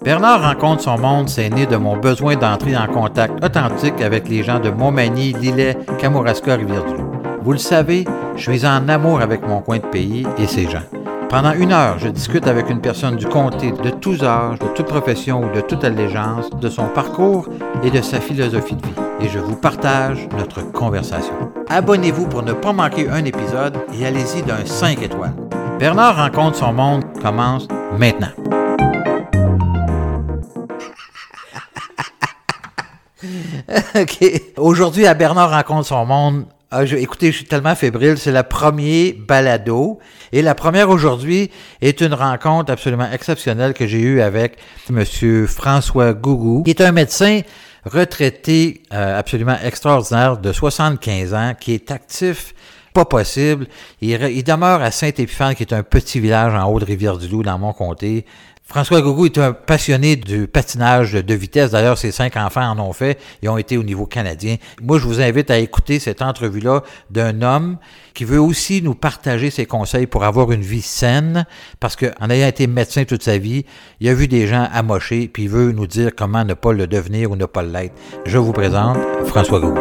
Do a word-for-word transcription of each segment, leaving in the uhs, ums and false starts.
Bernard rencontre son monde, c'est né de mon besoin d'entrer en contact authentique avec les gens de Montmagny, Lillet, Kamouraska, Rivière-du-Loup. Vous le savez, je suis en amour avec mon coin de pays et ses gens. Pendant une heure, je discute avec une personne du comté de tous âges, de toute profession ou de toute allégeance, de son parcours et de sa philosophie de vie. Et je vous partage notre conversation. Abonnez-vous pour ne pas manquer un épisode et allez-y d'un cinq étoiles. Bernard rencontre son monde commence maintenant. OK. Aujourd'hui, à Bernard rencontre son monde, ah, je, écoutez, je suis tellement fébrile, c'est le premier balado. Et la première aujourd'hui est une rencontre absolument exceptionnelle que j'ai eue avec M. François Gougou, qui est un médecin retraité euh, absolument extraordinaire de soixante-quinze ans, qui est actif, pas possible. Il, il demeure à Saint-Épiphane, qui est un petit village en haut de Rivière-du-Loup, dans mon comté. François Gougou est un passionné du patinage de vitesse. D'ailleurs, ses cinq enfants en ont fait. Ils ont été au niveau canadien. Moi, je vous invite à écouter cette entrevue-là d'un homme qui veut aussi nous partager ses conseils pour avoir une vie saine, parce qu'en ayant été médecin toute sa vie, il a vu des gens amochés, puis il veut nous dire comment ne pas le devenir ou ne pas l'être. Je vous présente François Gougou.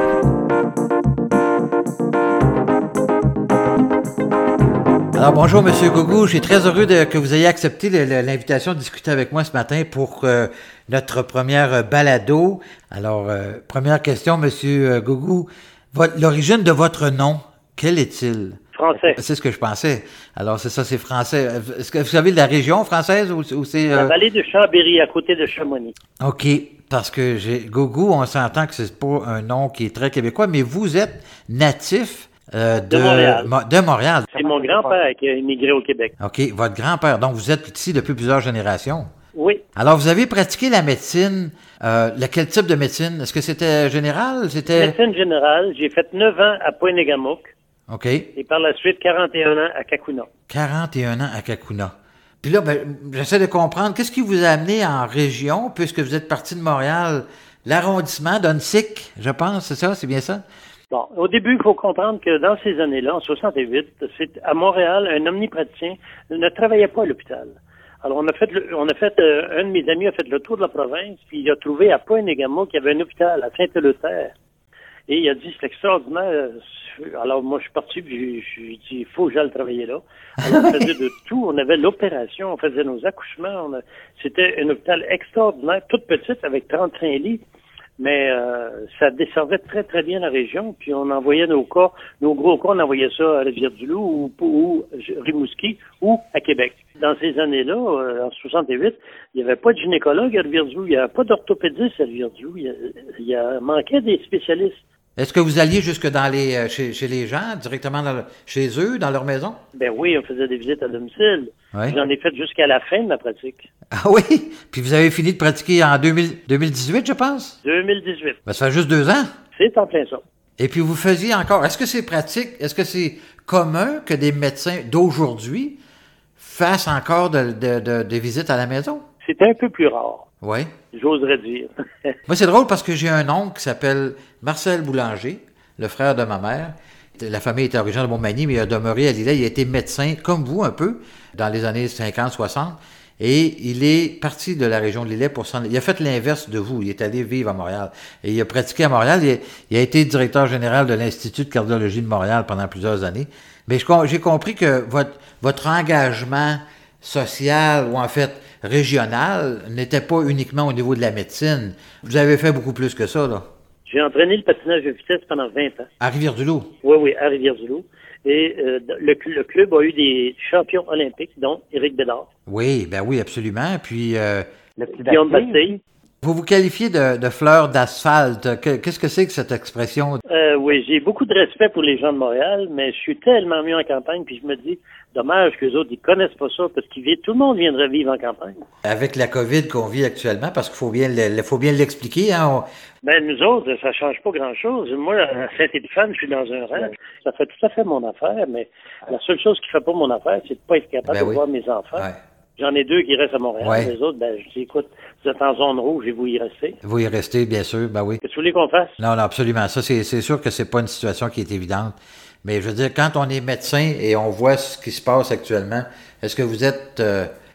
Alors, bonjour, M. Gougou. Je suis très heureux de, que vous ayez accepté le, le, l'invitation de discuter avec moi ce matin pour euh, notre première balado. Alors, euh, première question, M. Gougou. Votre, l'origine de votre nom, quel est-il? Français. C'est ce que je pensais. Alors, c'est ça, c'est français. Est-ce que vous savez de la région française ou, ou c'est... Euh... La vallée de Chambéry, à côté de Chamonix. OK, parce que j'ai Gougou, on s'entend que c'est pas un nom qui est très québécois, mais vous êtes natif... Euh, de, de Montréal. Mo- de Montréal. C'est mon grand-père qui a immigré au Québec. OK, votre grand-père. Donc, vous êtes ici depuis plusieurs générations. Oui. Alors, vous avez pratiqué la médecine. Euh, quel type de médecine? Est-ce que c'était général? C'était... Médecine générale. J'ai fait neuf ans à Pointe-Négamouk. OK. Et par la suite, quarante et un ans à Kakuna. quarante et un ans à Kakuna. Puis là, ben, j'essaie de comprendre. Qu'est-ce qui vous a amené en région, puisque vous êtes parti de Montréal? L'arrondissement d'Onsic, je pense, c'est ça? C'est bien ça? Bon, au début, il faut comprendre que dans ces années-là, en soixante-huit, c'est, à Montréal, un omnipraticien ne travaillait pas à l'hôpital. Alors, on a fait, le, on a fait, euh, un de mes amis a fait le tour de la province, puis il a trouvé à Pointe-Négamouk qu'il y avait un hôpital à Saint-Éleuthère. Et il a dit, c'est extraordinaire. Alors, moi, je suis parti, puis je lui ai dit, il faut que j'aille travailler là. Alors, on faisait de tout. On avait l'opération, on faisait nos accouchements. On a, c'était un hôpital extraordinaire, toute petite, avec trente-cinq lits. Mais euh, ça desservait très, très bien la région. Puis on envoyait nos cas, nos gros cas, on envoyait ça à Rivière-du-Loup ou, ou Rimouski ou à Québec. Dans ces années-là, euh, en soixante-huit, il n'y avait pas de gynécologue à Rivière-du-Loup, il n'y avait pas d'orthopédiste à Rivière-du-Loup. Il y a, il y a manquait des spécialistes. Est-ce que vous alliez jusque dans les chez, chez les gens, directement dans le, chez eux, dans leur maison? Ben oui, on faisait des visites à domicile. Oui. J'en ai fait jusqu'à la fin de ma pratique. Ah oui? Puis vous avez fini de pratiquer en deux mille, deux mille dix-huit, je pense? deux mille dix-huit. Ben, ça fait juste deux ans. C'est en plein ça. Et puis vous faisiez encore... Est-ce que c'est pratique? Est-ce que c'est commun que des médecins d'aujourd'hui fassent encore de, de, de, des visites à la maison? C'est un peu plus rare. Oui. J'oserais dire. Moi, c'est drôle parce que j'ai un oncle qui s'appelle Marcel Boulanger, le frère de ma mère. La famille était originaire de Montmagny, mais il a demeuré à Lillet. Il a été médecin, comme vous un peu, dans les années cinquante soixante. Et il est parti de la région de Lillet pour s'en... Il a fait l'inverse de vous. Il est allé vivre à Montréal. Et il a pratiqué à Montréal. Il a, il a été directeur général de l'Institut de cardiologie de Montréal pendant plusieurs années. Mais je, j'ai compris que votre, votre engagement social, ou en fait régional, n'était pas uniquement au niveau de la médecine. Vous avez fait beaucoup plus que ça, là. J'ai entraîné le patinage de vitesse pendant vingt ans. À Rivière-du-Loup? Oui, oui, à Rivière-du-Loup. Et euh, le, le club a eu des champions olympiques, dont Éric Bédard. Oui, ben oui, absolument. Puis, euh, Guillaume Bastille. Vous vous qualifiez de, de fleur d'asphalte. Que, qu'est-ce que c'est que cette expression? Euh, oui, j'ai beaucoup de respect pour les gens de Montréal, mais je suis tellement mieux en campagne, puis je me dis, dommage qu'eux autres, ils connaissent pas ça, parce que tout le monde viendrait vivre en campagne. Avec la COVID qu'on vit actuellement, parce qu'il faut bien, le, faut bien l'expliquer, hein. On... Ben, nous autres, ça change pas grand-chose. Moi, à Saint-Épiphane, je suis dans un rang. Ça fait tout à fait mon affaire, mais la seule chose qui fait pas mon affaire, c'est de pas être capable ben de oui. voir mes enfants. Ouais. J'en ai deux qui restent à Montréal. Ouais. Les autres, ben, je dis, écoute, vous êtes en zone rouge et vous y restez. Vous y restez, bien sûr, ben oui. Qu'est-ce que vous voulez qu'on fasse? Non, non, absolument. Ça, c'est, c'est sûr que c'est pas une situation qui est évidente. Mais je veux dire, quand on est médecin et on voit ce qui se passe actuellement, est-ce que vous êtes, euh,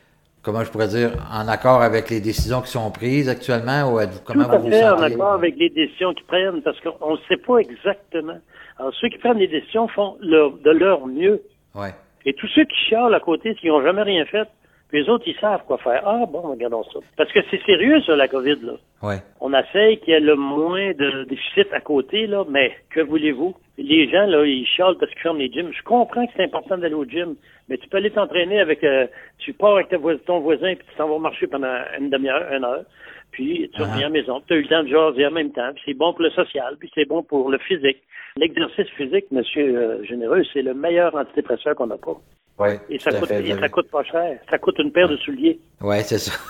comment je pourrais dire, en accord avec les décisions qui sont prises actuellement, ou êtes-vous, comment Tout à vous vous fait en sentez? accord avec les décisions qu'ils prennent, parce qu'on ne sait pas exactement. Alors, ceux qui prennent les décisions font leur, de leur mieux. Ouais. Et tous ceux qui chialent à côté, qui n'ont jamais rien fait, puis les autres, ils savent quoi faire. Ah, bon, regardons ça. Parce que c'est sérieux, ça, la COVID, là. Ouais. On essaye qu'il y ait le moins de déficit à côté, là, mais que voulez-vous? Les gens, là, ils chialent parce qu'ils ferment les gyms. Je comprends que c'est important d'aller au gym, mais tu peux aller t'entraîner avec, euh, tu pars avec ta vo- ton voisin, puis tu t'en vas marcher pendant une demi-heure, une heure, puis tu Uh-huh. reviens à la maison, tu as eu le temps de jaser en même temps, puis c'est bon pour le social, puis c'est bon pour le physique. L'exercice physique, monsieur euh, Généreux, c'est le meilleur antidépresseur qu'on n'a pas. Oui, Et ça coûte, et ça coûte pas cher. Ça coûte une paire de souliers. Oui, c'est ça.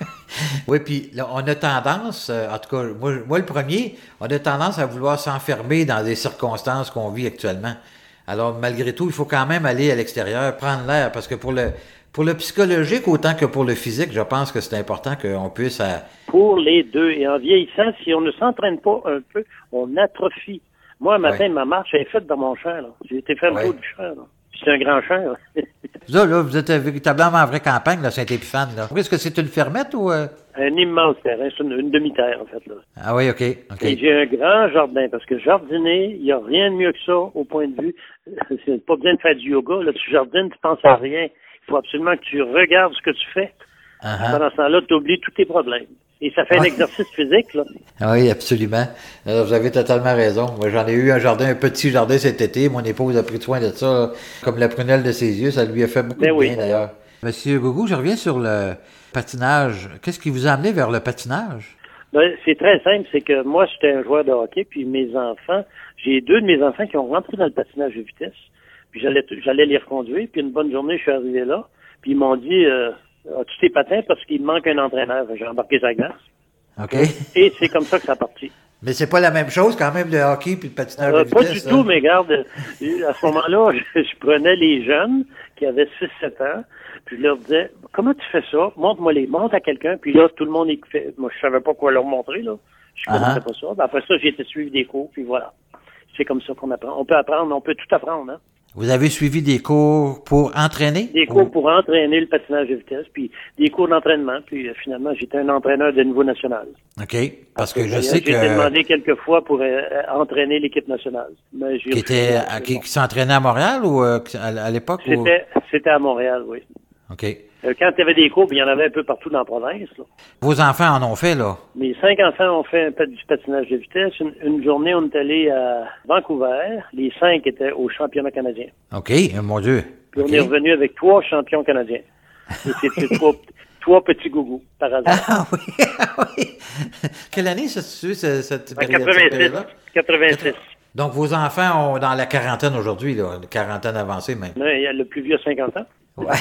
Oui, puis là, on a tendance, euh, en tout cas, moi, moi le premier, on a tendance à vouloir s'enfermer dans des circonstances qu'on vit actuellement. Alors, malgré tout, il faut quand même aller à l'extérieur, prendre l'air, parce que pour le pour le psychologique autant que pour le physique, je pense que c'est important qu'on puisse... À... Pour les deux. Et en vieillissant, si on ne s'entraîne pas un peu, on atrophie. Moi, un matin, Ouais. ma marche est faite dans mon champ. Là. J'ai été faire le Ouais. tour du champ. Là. Puis c'est un grand champ. Là. Là, là, vous êtes véritablement en vraie campagne, là, Saint-Épiphane, là. Est-ce que c'est une fermette ou... euh? Un immense terrain, c'est une, une demi-terre, en fait. Là. Ah oui, OK, OK. Et j'ai un grand jardin, parce que jardiner, il n'y a rien de mieux que ça, au point de vue. C'est pas besoin de faire du yoga. Là, tu jardines, tu penses à rien. Il faut absolument que tu regardes ce que tu fais. Uh-huh. Pendant ce temps-là, tu oublies tous tes problèmes. Et ça fait un Ouais. exercice physique, là. Oui, absolument. Alors, vous avez totalement raison. Moi, j'en ai eu un jardin, un petit jardin cet été. Mon épouse a pris soin de ça, là, comme la prunelle de ses yeux. Ça lui a fait beaucoup Ben de oui. bien, d'ailleurs. Monsieur Gougou, je reviens sur le patinage. Qu'est-ce qui vous a amené vers le patinage? Ben, c'est très simple, c'est que moi, j'étais un joueur de hockey, puis mes enfants, j'ai deux de mes enfants qui ont rentré dans le patinage de vitesse, puis j'allais j'allais les reconduire, puis une bonne journée, je suis arrivé là, puis ils m'ont dit, euh, as-tu tes patins parce qu'il me manque un entraîneur? J'ai embarqué sa glace. OK. Et c'est comme ça que ça a parti. Mais c'est pas la même chose, quand même, le hockey puis le patinage Euh, de pas vitesse. du hein? tout, mais garde, à ce moment-là, je, je prenais les jeunes qui avaient six sept ans, puis je leur disais, comment tu fais ça? Montre-moi les, montre à quelqu'un, puis là, tout le monde y fait. Moi, je savais pas quoi leur montrer, là. Je connaissais Uh-huh. pas ça. Ben, après ça, j'ai été suivre des cours, puis voilà. C'est comme ça qu'on apprend. On peut apprendre, on peut tout apprendre, hein. Vous avez suivi des cours pour entraîner? Des cours pour entraîner le patinage de vitesse, puis des cours d'entraînement, puis euh, finalement, j'étais un entraîneur de niveau national. OK. Parce que je D'ailleurs, sais J'ai été que... demandé quelques fois pour euh, entraîner l'équipe nationale. Mais j'ai Qui, était, refusé. à- qui, qui s'entraînait à Montréal ou euh, à, à l'époque? ou- C'était, c'était à Montréal, oui. OK. Euh, quand il y avait des cours, il y en avait un peu partout dans la province. Là. Vos enfants en ont fait, là? Mes cinq enfants ont fait un peu du patinage de vitesse. Une, une journée, on est allé à Vancouver. Les cinq étaient au championnat canadien. OK. Euh, Mon Dieu. Puis OK. on est revenu avec trois champions canadiens. Et c'était trois, trois petits gougous, par hasard. Ah oui, ah oui. Quelle année ça se situe, ce- cette En période- cette quatre-vingt-six. période-là? quatre-vingt-six. Donc, vos enfants ont dans la quarantaine aujourd'hui, là, une quarantaine avancée même. Là, il y a le plus vieux a cinquante ans. Ouais.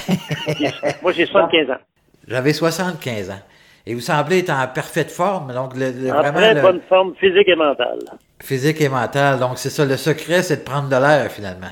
Moi, j'ai soixante-quinze ans. J'avais soixante-quinze ans. Et vous semblez être en parfaite forme, donc le, le- En vraiment très le bonne forme physique et mentale. physique et mental. Donc, c'est ça, le secret, c'est de prendre de l'air, finalement.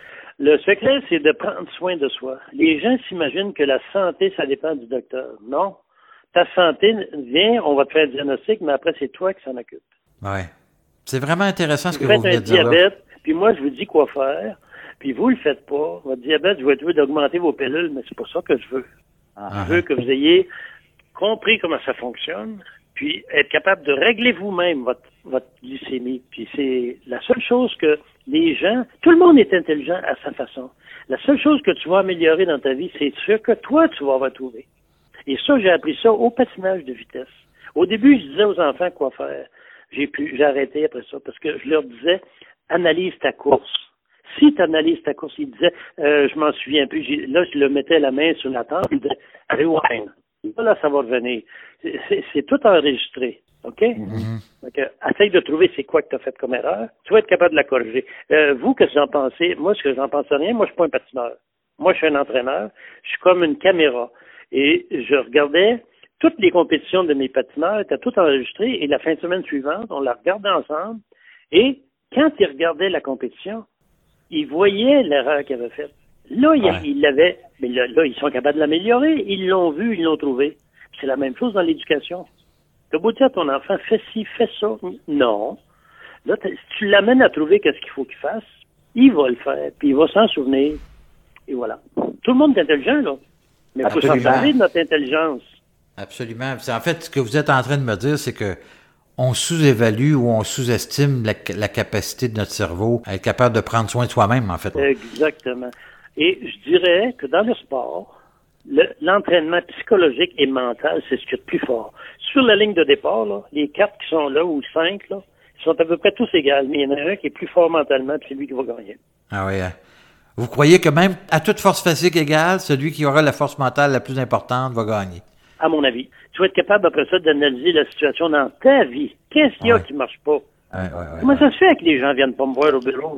Le secret, c'est de prendre soin de soi. Les gens s'imaginent que la santé, ça dépend du docteur. Non. Ta santé vient, on va te faire un diagnostic, mais après, c'est toi qui s'en occupe. Ouais. C'est vraiment intéressant ce que Vous vous faites venez un de dire là. diabète, puis moi, je vous dis quoi faire, puis vous le faites pas. Votre diabète, je vais être d'augmenter vos pilules, mais c'est pas ça que je veux. Ah, Je veux que vous ayez compris comment ça fonctionne, puis être capable de régler vous-même votre, votre glycémie. Puis c'est la seule chose que les gens, tout le monde est intelligent à sa façon. La seule chose que tu vas améliorer dans ta vie, c'est ce que toi, tu vas retrouver. Et ça, j'ai appris ça au patinage de vitesse. Au début, je disais aux enfants quoi faire. J'ai pu, j'ai arrêté après ça parce que je leur disais, analyse ta course. Si tu analyses ta course, ils disaient, euh, je m'en souviens plus, j'ai, là, je le mettais la main sur la table, ils disaient, rewind. Là, là, ça va revenir. C'est, c'est, c'est tout enregistré. OK? Mm-hmm. Donc, euh, essaye de trouver c'est quoi que tu as fait comme erreur. Tu vas être capable de la corriger. Euh, vous, qu'est-ce que vous en pensez? Moi, ce que j'en pense rien, moi, je suis pas un patineur. Moi, je suis un entraîneur. Je suis comme une caméra. Et je regardais toutes les compétitions de mes patineurs, étaient toutes enregistrées, et la fin de semaine suivante, on la regardait ensemble. Et quand ils regardaient la compétition, ils voyaient l'erreur qu'ils avaient faite. Là, ils, Ouais. ils l'avaient, mais là, là, ils sont capables de l'améliorer. Ils l'ont vu, ils l'ont trouvé. C'est la même chose dans l'éducation. T'as beau dire à ton enfant, fais ci, fais ça. Non. Là, si tu l'amènes à trouver qu'est-ce qu'il faut qu'il fasse, il va le faire, puis il va s'en souvenir. Et voilà. Tout le monde est intelligent, là. Mais il faut s'en servir de notre intelligence. Absolument. En fait, ce que vous êtes en train de me dire, c'est que on sous-évalue ou on sous-estime la, la capacité de notre cerveau à être capable de prendre soin de soi-même, en fait. Exactement. Et je dirais que dans le sport, le, l'entraînement psychologique et mental, c'est ce qui est le plus fort. Sur la ligne de départ, là, les quatre qui sont là, ou cinq, là, ils sont à peu près tous égaux. Mais il y en a un qui est plus fort mentalement, puis c'est lui qui va gagner. Ah oui, hein. Vous croyez que même à toute force physique égale, celui qui aura la force mentale la plus importante va gagner? À mon avis. Tu vas être capable après ça d'analyser la situation dans ta vie. Qu'est-ce qu'il y a ouais. qui marche pas? Ouais, ouais, ouais, Comment ouais. ça se fait que les gens viennent pas me voir au bureau?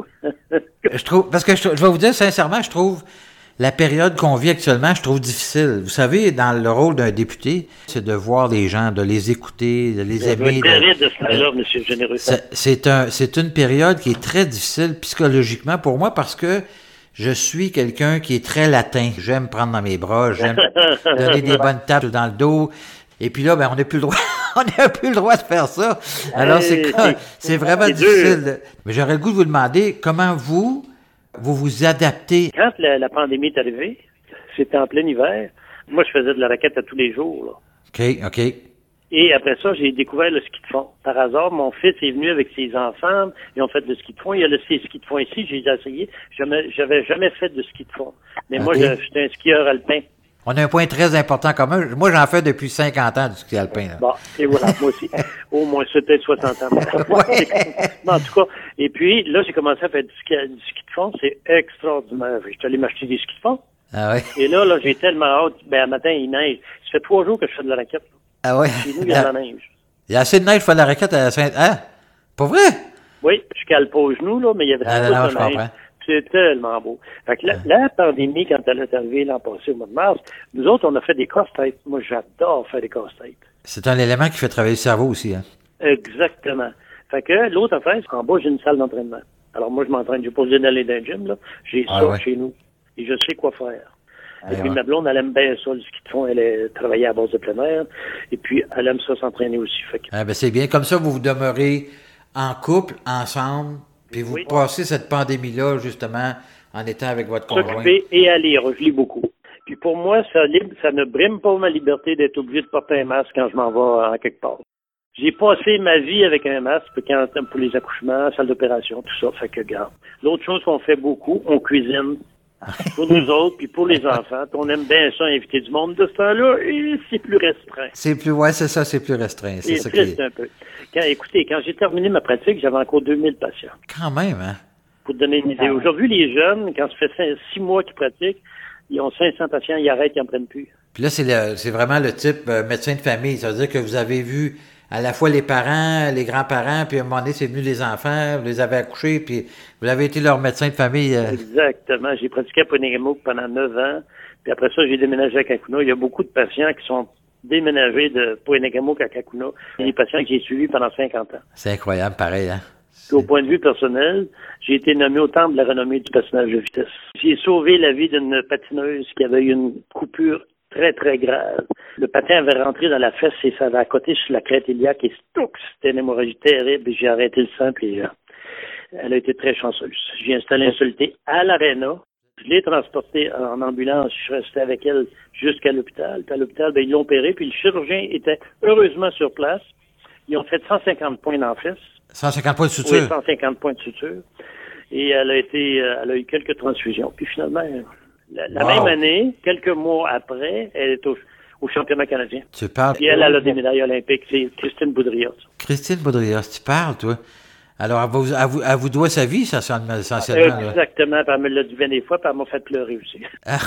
je trouve, parce que je, je vais vous dire sincèrement, je trouve la période qu'on vit actuellement, je trouve difficile. Vous savez, dans le rôle d'un député, c'est de voir les gens, de les écouter, de les aimer. C'est de ce là Monsieur Généreux. C'est un, c'est une période qui est très difficile psychologiquement pour moi parce que je suis quelqu'un qui est très latin. J'aime prendre dans mes bras, j'aime donner des bonnes tapes dans le dos. Et puis là, ben, on n'a plus le droit, on n'a plus le droit de faire ça. Alors, c'est, c'est, c'est vraiment c'est difficile. Dur. Mais j'aurais le goût de vous demander comment vous, vous vous adaptez. Quand la, la pandémie est arrivée, c'était en plein hiver. Moi, je faisais de la raquette à tous les jours, là. OK, OK. Et après ça, j'ai découvert le ski de fond. Par hasard, mon fils est venu avec ses enfants, ils ont fait le ski de fond. Il a laissé le ski de fond ici, j'ai essayé. Jamais, j'avais jamais fait de ski de fond. Mais okay. moi, j'étais un skieur alpin. On a un point très important commun. Moi, j'en fais depuis cinquante ans du ski alpin. Là. Bon, et voilà, moi aussi. Au moins, c'est peut-être soixante ans. Ouais. Mais en tout cas, et puis, là, j'ai commencé à faire du ski, du ski de fond. C'est extraordinaire. J'étais allé m'acheter des skis de fond. Ah ouais. Et là, là, j'ai tellement hâte. Ben, à matin, il neige. Ça fait trois jours que je fais de la raquette. Ah ouais? Chez nous, il y a de la neige. Il y a assez de neige pour faire de la raquette à Saint... Hein? Pas vrai? Oui, je cale pas aux genoux, là, mais il y avait ah, beaucoup non, de je neige. Comprends. C'est tellement beau. Fait que la, la pandémie, quand elle est arrivée l'an passé, au mois de mars, nous autres, on a fait des casse-têtes. Moi, j'adore faire des casse-têtes. C'est un élément qui fait travailler le cerveau aussi, hein? Exactement. Fait que l'autre affaire, c'est qu'en bas, j'ai une salle d'entraînement. Alors moi, je m'entraîne. J'ai pas besoin d'aller dans le gym, là. J'ai ah, ça ouais. chez nous. Et je sais quoi faire. Et puis, ma blonde, elle aime bien ça, le ski de fond. Elle est travaillée à base de plein air. Et puis, elle aime ça s'entraîner aussi. Fait que... ah, ben, c'est bien. Comme ça, vous vous demeurez en couple, ensemble, puis vous oui. passez cette pandémie-là, justement, en étant avec votre conjoint. S'occuper et à lire. Je lis beaucoup. Puis, pour moi, ça, ça ne brime pas ma liberté d'être obligé de porter un masque quand je m'en vais en quelque part. J'ai passé ma vie avec un masque quand, pour les accouchements, salle d'opération, tout ça. Fait que, regarde. L'autre chose qu'on fait beaucoup, on cuisine. Pour nous autres, puis pour les enfants. On aime bien ça, inviter du monde de ce temps-là, et c'est plus restreint. C'est plus, ouais, c'est ça, c'est plus restreint. C'est, c'est ça triste qui est... un peu. Quand, écoutez, quand j'ai terminé ma pratique, j'avais encore deux mille patients. Quand même, hein? Pour te donner une idée. Aujourd'hui, les jeunes, quand ça fait cinq, six mois qu'ils pratiquent, ils ont cinq cents patients, ils arrêtent, ils n'en prennent plus. Puis là, c'est, le, c'est vraiment le type euh, médecin de famille. Ça veut dire que vous avez vu à la fois les parents, les grands-parents, puis à un moment donné, c'est venu les enfants, vous les avez accouchés, puis vous avez été leur médecin de famille. Euh... Exactement. J'ai pratiqué à Pointe-Négamouk pendant neuf ans, puis après ça, j'ai déménagé à Kakuna. Il y a beaucoup de patients qui sont déménagés de Pointe-Négamouk à Kakuna. Il y a des patients que j'ai suivis pendant cinquante ans. C'est incroyable, pareil, hein? Puis, au point de vue personnel, j'ai été nommé au temple de la renommée du patinage de vitesse. J'ai sauvé la vie d'une patineuse qui avait eu une coupure très, très grave. Le patin avait rentré dans la fesse et ça avait accoté sur la crête iliaque et stock, c'était une hémorragie terrible et j'ai arrêté le sang puis euh, elle a été très chanceuse. J'ai installé un soluté à l'aréna. Je l'ai transportée en ambulance. Je suis resté avec elle jusqu'à l'hôpital. Puis à l'hôpital, ben, ils l'ont opéré puis le chirurgien était heureusement sur place. Ils ont fait cent cinquante points dans la fesse. cent cinquante points de suture? Oui, cent cinquante points de suture. Et elle a été, elle a eu quelques transfusions. Puis finalement, la, la wow. même année, quelques mois après, elle est au, au championnat canadien. Tu parles? Et elle, elle a des médailles olympiques. C'est Christine Boudrias. Christine Boudrias, tu parles, toi? Alors, elle vous, elle vous, elle vous doit sa vie, ça, essentiellement. Exactement. Puis elle me l'a dit bien des fois, puis elle m'a fait pleurer aussi.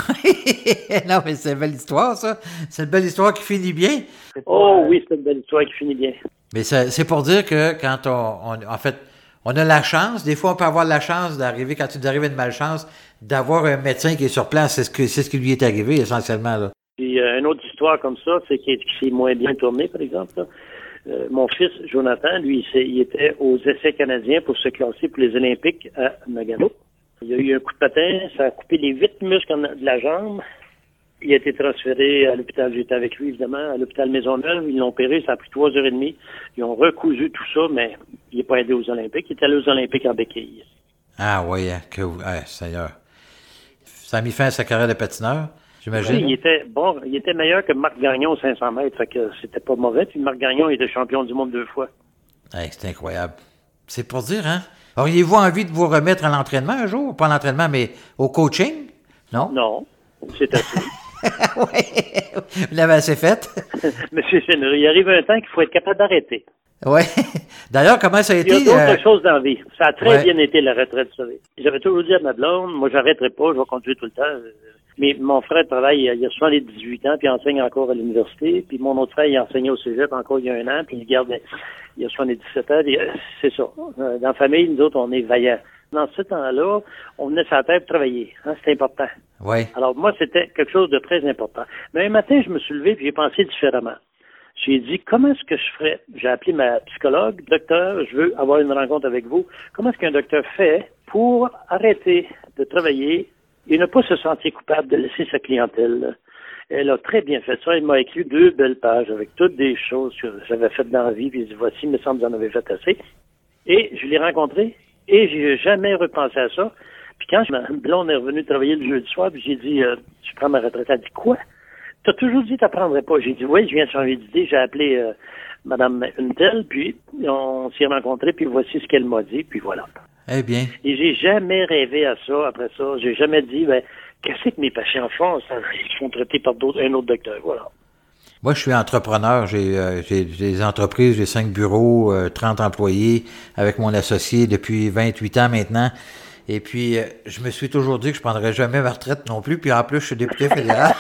Non, mais c'est une belle histoire, ça. C'est une belle histoire qui finit bien. Oh oui, c'est une belle histoire qui finit bien. Mais ça, c'est pour dire que quand on, on, en fait, on a la chance, des fois on peut avoir la chance d'arriver, quand tu arrives à une malchance, d'avoir un médecin qui est sur place. C'est ce que, c'est ce qui lui est arrivé, essentiellement, là. Puis, euh, une autre histoire comme ça, c'est qu'il s'est moins bien tourné, par exemple, là. Euh, mon fils, Jonathan, lui, il était aux essais canadiens pour se classer pour les Olympiques à Nagano. Il a eu un coup de patin, ça a coupé les huit muscles de la jambe. Il a été transféré à l'hôpital, j'étais avec lui, évidemment, à l'hôpital Maisonneuve. Ils l'ont opéré, ça a pris trois heures et demie. Ils ont recousu tout ça, mais il n'est pas aidé aux Olympiques. Il est allé aux Olympiques en béquille. Ah oui, que, ouais, Seigneur. Ça a mis fin à sa carrière de patineur. j'imagine. Oui, il était bon, il était meilleur que Marc Gagnon aux cinq cents mètres, fait que c'était pas mauvais. Puis Marc Gagnon était champion du monde deux fois. Hey, c'est incroyable. C'est pour dire, hein? Auriez-vous envie de vous remettre à l'entraînement un jour? Pas à l'entraînement, mais au coaching? Non? Non, c'est assez. Oui, vous l'avez assez fait. Monsieur Chénery, il arrive un temps qu'il faut être capable d'arrêter. Oui. D'ailleurs, comment ça a été? Il y a d'autres euh... choses dans la vie. Ça a très ouais. bien été la retraite, vous savez. J'avais toujours dit à ma blonde, moi, j'arrêterai pas, je vais conduire tout le temps. Mais mon frère travaille, il a souvent les dix-huit ans, puis il enseigne encore à l'université. Puis mon autre frère, il enseignait au cégep encore il y a un an, puis il garde, il a souvent les dix-sept ans. C'est ça. Dans la famille, nous autres, on est vaillants. Dans ce temps-là, on venait sur la terre pour travailler. Hein, c'était important. Oui. Alors, moi, c'était quelque chose de très important. Mais un matin, je me suis levé, puis j'ai pensé différemment. J'ai dit, comment est-ce que je ferais? J'ai appelé ma psychologue, docteur, je veux avoir une rencontre avec vous. Comment est-ce qu'un docteur fait pour arrêter de travailler et ne pas se sentir coupable de laisser sa clientèle? Elle a très bien fait ça. Elle m'a écrit deux belles pages avec toutes des choses que j'avais faites dans la vie, puis voici, il me semble que j'en avais fait assez. Et je l'ai rencontré, et j'ai jamais repensé à ça. Puis quand ma blonde est revenue travailler le jeudi soir, puis j'ai dit, euh, je prends ma retraite. Elle a dit, quoi? T'as toujours dit que t'apprendrais pas. J'ai dit, oui, je viens de changer d'idée. J'ai appelé euh, Madame Untel, puis on s'est rencontrés, puis voici ce qu'elle m'a dit, puis voilà. Eh bien. Et j'ai jamais rêvé à ça après ça. J'ai jamais dit, ben, qu'est-ce que mes patients font? Ils sont traités par d'autres, un autre docteur, voilà. Moi, je suis entrepreneur. J'ai, euh, j'ai, j'ai des entreprises, j'ai cinq bureaux, euh, trente employés avec mon associé depuis vingt-huit ans maintenant. Et puis, euh, je me suis toujours dit que je prendrais jamais ma retraite non plus. Puis en plus, je suis député fédéral.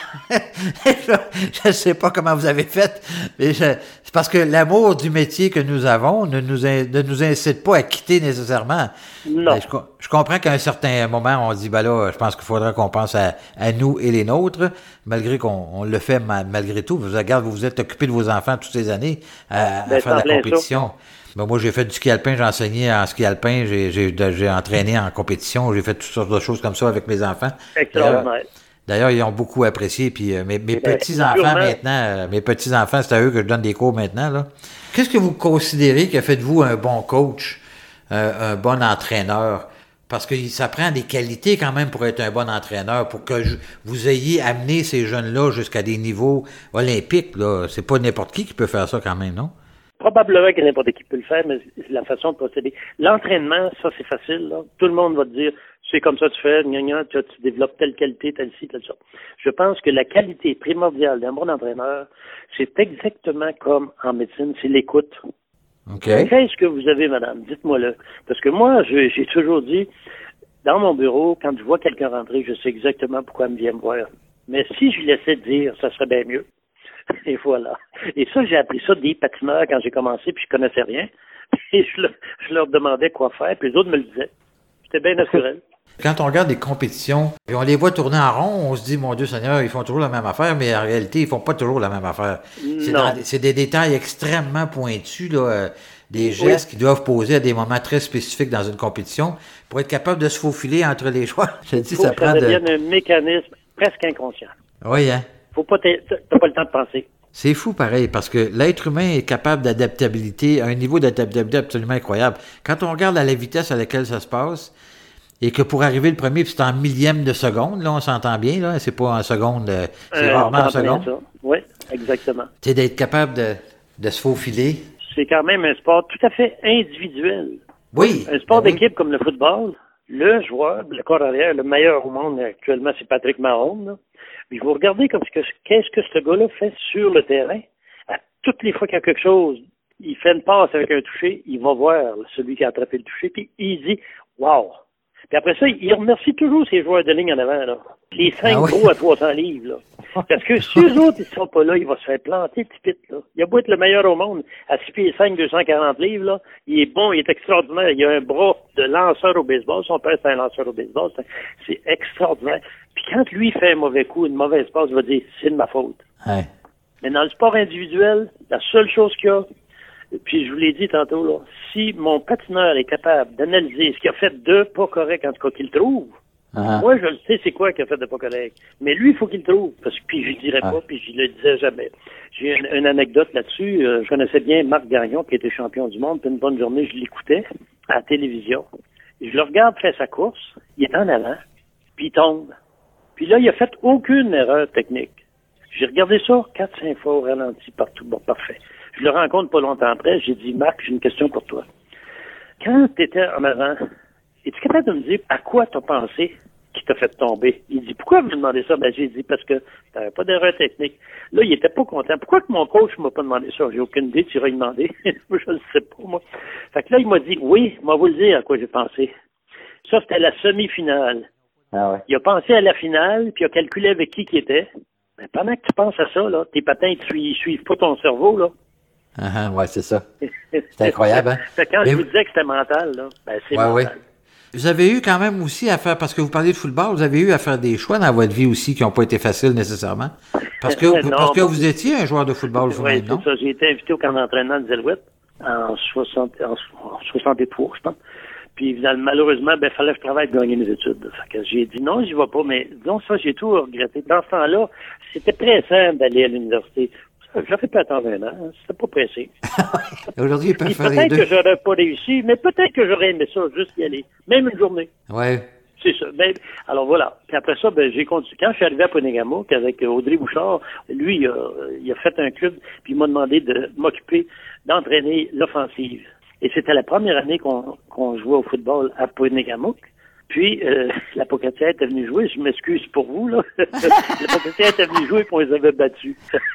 Je ne sais pas comment vous avez fait, mais je, c'est parce que l'amour du métier que nous avons ne nous, in, ne nous incite pas à quitter nécessairement. Non. Je, je comprends qu'à un certain moment, on dit, ben là, je pense qu'il faudra qu'on pense à, à nous et les nôtres, malgré qu'on on le fait ma, malgré tout. Vous regardez, vous vous êtes occupé de vos enfants toutes ces années à, ben, à faire de la compétition. Ça. Ben moi, j'ai fait du ski alpin, j'ai enseigné en ski alpin, j'ai, j'ai, j'ai entraîné en compétition, j'ai fait toutes sortes de choses comme ça avec mes enfants. Extraordinaire. D'ailleurs, d'ailleurs ils ont beaucoup apprécié. Puis euh, mes, mes ben, petits-enfants sûrement. maintenant, euh, mes petits-enfants, c'est à eux que je donne des cours maintenant, là. Qu'est-ce que vous considérez que faites-vous un bon coach, euh, un bon entraîneur? Parce que ça prend des qualités quand même pour être un bon entraîneur, pour que je, vous ayez amené ces jeunes-là jusqu'à des niveaux olympiques, là. C'est pas n'importe qui qui peut faire ça quand même, non? Probablement que n'importe qui peut le faire, mais c'est la façon de procéder. L'entraînement, ça, c'est facile, là. Tout le monde va te dire, c'est comme ça que tu fais, gna, gna, tu, tu développes telle qualité, telle ci, telle ça. Je pense que la qualité primordiale d'un bon entraîneur, c'est exactement comme en médecine, c'est l'écoute. Okay. Qu'est-ce que vous avez, madame? Dites-moi-le. Parce que moi, je, j'ai toujours dit, dans mon bureau, quand je vois quelqu'un rentrer, je sais exactement pourquoi il me vient me voir. Mais si je laissais dire, ça serait bien mieux. Et voilà. Et ça, j'ai appris ça des patineurs quand j'ai commencé, puis je connaissais rien. Et je, le, je leur demandais quoi faire, puis les autres me le disaient. C'était bien naturel. Quand on regarde des compétitions, et on les voit tourner en rond, on se dit, mon Dieu Seigneur, ils font toujours la même affaire, mais en réalité, ils font pas toujours la même affaire. C'est, dans, c'est des détails extrêmement pointus, là, euh, des gestes oui. qui doivent poser à des moments très spécifiques dans une compétition pour être capable de se faufiler entre les joueurs. Je dis, Faut ça que prend ça devienne de... un mécanisme presque inconscient. Oui, hein? Faut pas t'as pas le temps de penser. C'est fou pareil, parce que l'être humain est capable d'adaptabilité, à un niveau d'adaptabilité absolument incroyable. Quand on regarde à la vitesse à laquelle ça se passe, et que pour arriver le premier, puis c'est en millième de seconde, là, on s'entend bien, là, c'est pas en seconde, c'est euh, rarement en seconde. Oui, exactement. C'est d'être capable de, de se faufiler. C'est quand même un sport tout à fait individuel. Oui. Un sport ben d'équipe oui. comme le football, le joueur, le corps arrière, le meilleur au monde actuellement, c'est Patrick Mahomes, là. Mais vous regardez comme ce que, qu'est-ce que ce gars-là fait sur le terrain. À toutes les fois qu'il y a quelque chose, il fait une passe avec un toucher, il va voir celui qui a attrapé le toucher, puis il dit « Wow! » Puis après ça, il remercie toujours ses joueurs de ligne en avant, là. Les cinq ah oui. gros à trois cents livres, là. Parce que si eux autres, ils sont pas là, il va se faire planter petit pit, là. Il a beau être le meilleur au monde, à six pieds cinq, deux cent quarante livres, là. Il est bon, il est extraordinaire. Il a un bras de lanceur au baseball. Son père, c'est un lanceur au baseball. C'est, c'est extraordinaire. Puis quand lui fait un mauvais coup, une mauvaise passe, il va dire, c'est de ma faute. Ouais. Mais dans le sport individuel, la seule chose qu'il y a, puis je vous l'ai dit tantôt, là, si mon patineur est capable d'analyser ce qu'il a fait de pas correct, en tout cas qu'il le trouve, uh-huh. moi je le sais c'est quoi qu'il a fait de pas correct. Mais lui, il faut qu'il le trouve, parce que puis je ne dirais uh-huh. pas, puis je le disais jamais. J'ai une, une anecdote là-dessus. Euh, je connaissais bien Marc Gagnon, qui était champion du monde, puis une bonne journée, je l'écoutais à la télévision. Je le regarde faire sa course, il est en avant, puis il tombe. Puis là, il a fait aucune erreur technique. J'ai regardé ça quatre, cinq fois au ralenti partout. Bon, parfait. Je le rencontre pas longtemps après. J'ai dit, Marc, j'ai une question pour toi. Quand tu étais en avant, es-tu capable de me dire à quoi tu as pensé qui t'a fait tomber? Il dit, pourquoi vous me demandez ça? Ben, j'ai dit, parce que t'avais pas d'erreur technique. Là, il était pas content. Pourquoi que mon coach m'a pas demandé ça? J'ai aucune idée. Tu iras lui demander. Je le sais pas, moi. Fait que là, il m'a dit, oui, moi, vous le dire à quoi j'ai pensé. Ça, c'était la semi-finale. Ah ouais. Il a pensé à la finale, puis il a calculé avec qui qui était. Mais pendant que tu penses à ça, là, tes patins, ils suivent, suivent pas ton cerveau, là. Ah, ouais, c'est ça. C'est incroyable, hein? Fait que quand Mais je vous... vous disais que c'était mental, là, ben c'est ouais, mental. Ouais. Vous avez eu quand même aussi à faire, parce que vous parlez de football, vous avez eu à faire des choix dans votre vie aussi qui n'ont pas été faciles nécessairement. Parce que, non, parce que bon, vous étiez un joueur de football vous-même, oui, non? c'est ça. J'ai été invité au camp d'entraînement de Zélouette en, soixante, en soixante-trois, je pense. Puis malheureusement, ben, fallait que je travaille pour gagner mes études. Fait que j'ai dit non, j'y vais pas, mais disons ça, j'ai tout regretté. Dans ce temps-là, c'était très simple d'aller à l'université. J'aurais pu attendre un an, c'était pas pressé. Aujourd'hui, ils peuvent faire les deux. Peut-être que j'aurais pas réussi, mais peut-être que j'aurais aimé ça, juste y aller. Même une journée. Ouais. C'est ça. Ben, alors voilà. Puis après ça, ben, j'ai continué. Quand je suis arrivé à Ponegamouk avec Audrey Bouchard, lui, il a, il a fait un club, puis il m'a demandé de m'occuper d'entraîner l'offensive. Et c'était la première année qu'on qu'on jouait au football à Ponegamouk. Puis, euh, la Pocatière était venue jouer. Je m'excuse pour vous, là. La Pocatière était venue jouer et on les avait battus.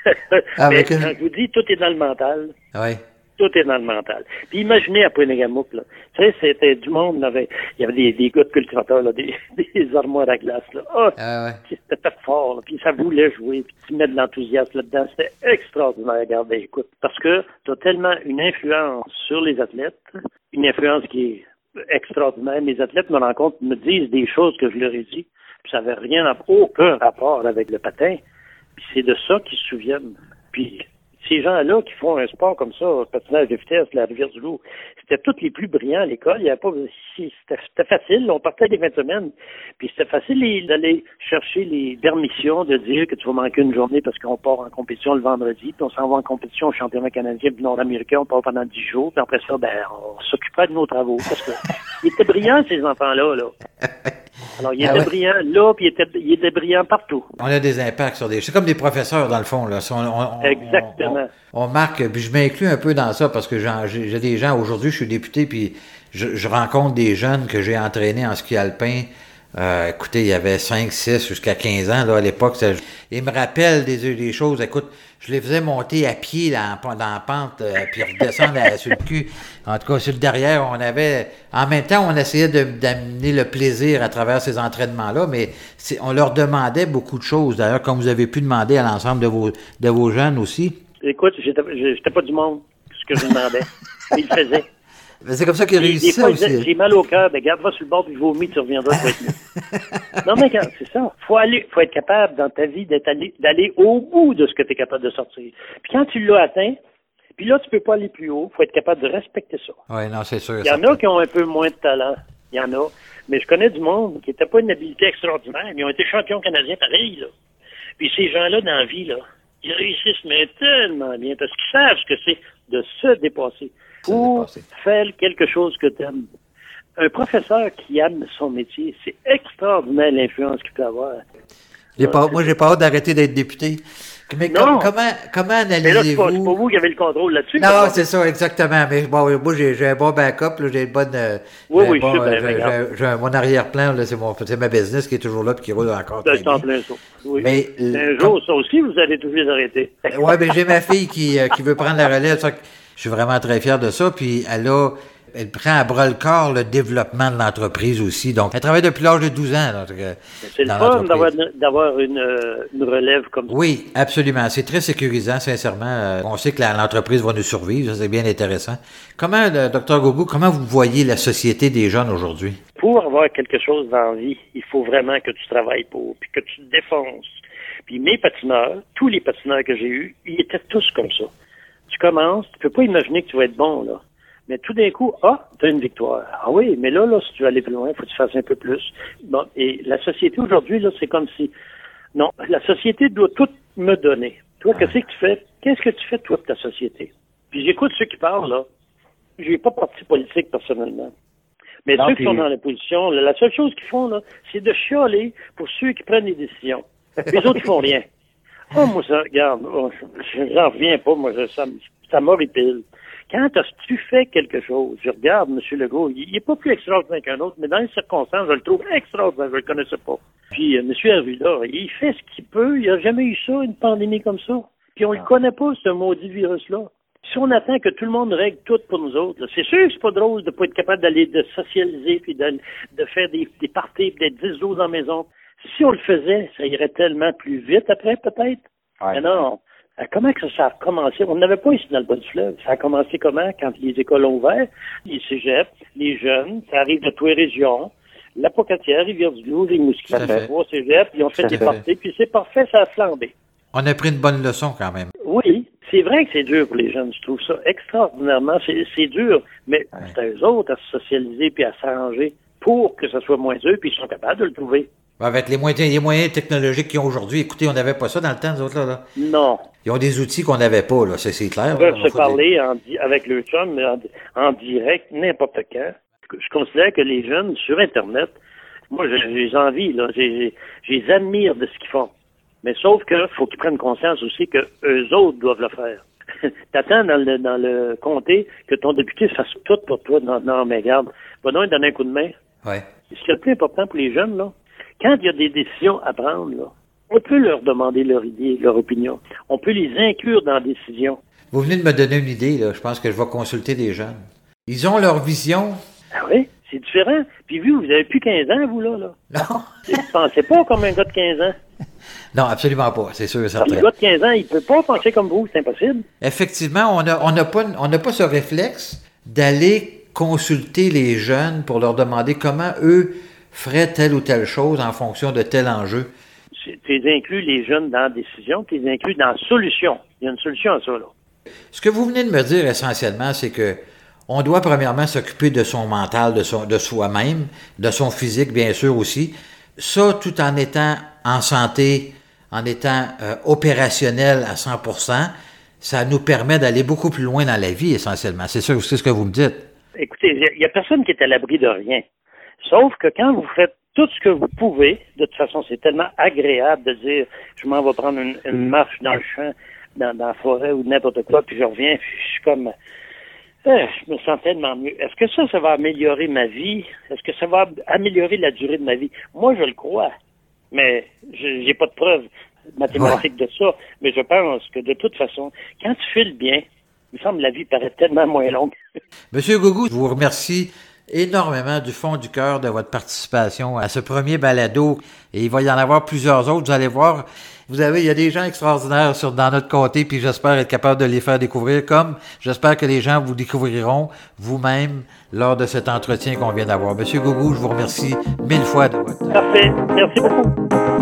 Ah, mais quand je vous dis, tout est dans le mental. Oui. Tout est dans le mental. Puis imaginez à Ponegamouk, là. Tu sais, c'était du monde, là, il y avait des, des gars de cultivateurs, là, des, des armoires à glace, là. Oh, ah, ouais. C'était fort, là. Puis ça voulait jouer, puis tu mets de l'enthousiasme là-dedans. C'était extraordinaire à regarder. Écoute, parce que tu as tellement une influence sur les athlètes, une influence qui est extraordinaire. Mes athlètes me rencontrent, me disent des choses que je leur ai dit, puis ça n'avait rien, aucun rapport avec le patin. Puis c'est de ça qu'ils se souviennent. Puis ces gens-là qui font un sport comme ça, le patinage de vitesse, la Rivière-du-Loup, c'était tous les plus brillants à l'école. Il y avait pas, c'était, c'était facile. On partait des fins de semaine. Puis c'était facile d'aller chercher les permissions de dire que tu vas manquer une journée parce qu'on part en compétition le vendredi, puis on s'en va en compétition au championnat canadien puis nord-américain, on part pendant dix jours, puis après ça, ben, on s'occupera de nos travaux. Parce que ils étaient brillants, ces enfants-là, là. Alors, il était ah ouais. brillant là, puis il était, il était brillant partout. On a des impacts sur des... C'est comme des professeurs, dans le fond, là. On, on, Exactement. On, on, on marque, puis je m'inclus un peu dans ça, parce que j'ai, j'ai des gens, aujourd'hui, je suis député, puis je, je rencontre des jeunes que j'ai entraînés en ski alpin. Euh, écoutez, il y avait cinq, six, jusqu'à quinze ans, là, à l'époque. Ça, ils me rappellent des, des choses. Écoute, je les faisais monter à pied là, dans la pente, euh, puis redescendre à, sur le cul. En tout cas, sur le derrière, on avait... En même temps, on essayait de, d'amener le plaisir à travers ces entraînements-là, mais c'est, on leur demandait beaucoup de choses. D'ailleurs, comme vous avez pu demander à l'ensemble de vos, de vos jeunes aussi. Écoute, j'étais, j'étais pas du monde, ce que je demandais. Ils le faisaient. C'est comme ça qu'il réussit ça aussi. J'ai mal au cœur, ben garde-va sur le bord du vomi, tu reviendras, tu vas être mieux. Non, mais quand, c'est ça. Faut aller, faut être capable dans ta vie d'être allé, d'aller au bout de ce que tu es capable de sortir. Puis quand tu l'as atteint, puis là, tu peux pas aller plus haut, faut être capable de respecter ça. Oui, non, c'est sûr. Il y en a qui ont un peu moins de talent. Il y en a. Mais je connais du monde qui n'était pas une habilité extraordinaire, mais ils ont été champions canadiens pareil, là. Puis ces gens-là, dans la vie, là, ils réussissent, mais tellement bien, parce qu'ils savent ce que c'est de se dépasser. Pour faire quelque chose que tu aimes. Un professeur qui aime son métier, c'est extraordinaire l'influence qu'il peut avoir. J'ai pas, moi, j'ai pas hâte d'arrêter d'être député. Mais com- comment, comment analysez-vous... Mais là, c'est pas, c'est pas vous qui avez le contrôle là-dessus. Non, comment? C'est ça, exactement. Mais bon, moi, j'ai, j'ai un bon backup, là, j'ai une bonne... Euh, oui, oui, bon, je sais euh, bien, j'ai, j'ai, j'ai un, mon arrière-plan, là, c'est, mon, c'est ma business qui est toujours là et qui roule encore très bien. Plein ça. Oui. Mais, un jour, ça aussi, vous allez tous les arrêter. Oui, mais j'ai ma fille qui, euh, qui veut prendre la relève. Ça, je suis vraiment très fier de ça. Puis elle a... Elle prend à bras le corps le développement de l'entreprise aussi. Donc, elle travaille depuis l'âge de douze ans. Là, c'est le fun d'avoir, d'avoir une, une relève comme ça. Oui, absolument. C'est très sécurisant, sincèrement. On sait que la, l'entreprise va nous survivre. Ça, c'est bien intéressant. Comment, le, docteur Gogou, comment vous voyez la société des jeunes aujourd'hui? Pour avoir quelque chose dans la vie, il faut vraiment que tu travailles pour, puis que tu te défonces. Puis mes patineurs, tous les patineurs que j'ai eus, ils étaient tous comme ça. Tu commences, tu peux pas imaginer que tu vas être bon, là. Mais tout d'un coup, ah, tu as une victoire. Ah oui, mais là, là, si tu veux aller plus loin, il faut que tu fasses un peu plus. Bon, et la société aujourd'hui, là, c'est comme si... Non, la société doit tout me donner. Toi, qu'est-ce que tu fais? Qu'est-ce que tu fais, toi, de ta société? Puis j'écoute ceux qui parlent, là. J'ai pas parti politique, personnellement. Mais non, ceux puis... qui sont dans l'opposition, la seule chose qu'ils font, là, c'est de chialer pour ceux qui prennent les décisions. Les autres, ils font rien. Oh, moi, ça, regarde, oh, j'en reviens pas, moi, ça, ça m'horripile. Quand as-tu fait quelque chose? Je regarde M. Legault, il n'est pas plus extraordinaire qu'un autre, mais dans les circonstances, je le trouve extraordinaire, je le connaissais pas. Puis, euh, M. Arruda, il fait ce qu'il peut, il n'a jamais eu ça, une pandémie comme ça. Puis, on ne le connaît pas, ce maudit virus-là. Si on attend que tout le monde règle tout pour nous autres, là, c'est sûr que c'est pas drôle de pas être capable d'aller, de socialiser, puis de, de faire des, des parties, puis d'être dix douze dans la maison. Si on le faisait, ça irait tellement plus vite après, peut-être. Ouais. Mais non. Comment que ça a commencé? On n'avait pas ici dans le bas du fleuve. Ça a commencé comment? Quand les écoles ont ouvert, les cégeps, les jeunes, ça arrive de toutes les régions. La Pocatière, Rivière-du-Loup, Rimouski, trois cégeps, ils ont fait des parties, puis c'est parfait, ça a flambé. On a pris une bonne leçon quand même. Oui, c'est vrai que c'est dur pour les jeunes. Je trouve ça extraordinairement. C'est, c'est dur, mais ouais. C'est à eux autres à se socialiser puis à s'arranger pour que ça soit moins dur, puis ils sont capables de le trouver. Avec les moyens, les moyens technologiques qu'ils ont aujourd'hui, écoutez, on n'avait pas ça dans le temps, nous autres, là. là. Non. Ils ont des outils qu'on n'avait pas, là, c'est, c'est clair. Ils peuvent se parler des... en, avec le chum en, en direct, n'importe quand. Je considère que les jeunes, sur Internet, moi, j'ai, j'ai envie, là, j'ai, j'ai, j'ai admire de ce qu'ils font. Mais sauf que faut qu'ils prennent conscience aussi que eux autres doivent le faire. T'attends dans le, dans le comté que ton député fasse tout pour toi. Non, non mais regarde, va donc donner un coup de main. Ouais. Ce qui est le plus important pour les jeunes, là, quand il y a des décisions à prendre, là, on peut leur demander leur idée, leur opinion. On peut les inclure dans la décision. Vous venez de me donner une idée, là. Je pense que je vais consulter des jeunes. Ils ont leur vision. Ah oui, c'est différent. Puis vous, vous avez plus quinze ans, vous, là. là. Non. Vous ne pensez pas comme un gars de quinze ans. Non, absolument pas, c'est sûr et certain. Un gars de quinze ans, il peut pas penser comme vous, c'est impossible. Effectivement, on n'a on a pas, on a pas ce réflexe d'aller consulter les jeunes pour leur demander comment eux feraient telle ou telle chose en fonction de tel enjeu. Tu inclus les jeunes dans la décision, tu les inclus dans la solution. Il y a une solution à ça, là. Ce que vous venez de me dire essentiellement, c'est que on doit premièrement s'occuper de son mental, de, son, de soi-même, de son physique, bien sûr aussi. Ça, tout en étant en santé, en étant euh, opérationnel à cent pour cent, ça nous permet d'aller beaucoup plus loin dans la vie, essentiellement. C'est ça, c'est ce que vous me dites. Écoutez, il n'y a personne qui est à l'abri de rien. Sauf que quand vous faites tout ce que vous pouvez, de toute façon, c'est tellement agréable de dire, je m'en vais prendre une, une marche dans le champ, dans, dans la forêt ou n'importe quoi, puis je reviens, puis je suis comme... Euh, je me sens tellement mieux. Est-ce que ça, ça va améliorer ma vie? Est-ce que ça va améliorer la durée de ma vie? Moi, je le crois. Mais je j'ai pas de preuves mathématiques ouais. de ça. Mais je pense que de toute façon, quand tu files bien, il me semble que la vie paraît tellement moins longue. Monsieur Gougou, je vous remercie énormément du fond du cœur de votre participation à ce premier balado. Et il va y en avoir plusieurs autres. Vous allez voir, vous avez, il y a des gens extraordinaires sur, dans notre comté, puis j'espère être capable de les faire découvrir, comme j'espère que les gens vous découvriront vous-même lors de cet entretien qu'on vient d'avoir. Monsieur Gougou, je vous remercie mille fois de votre... Parfait. Merci beaucoup.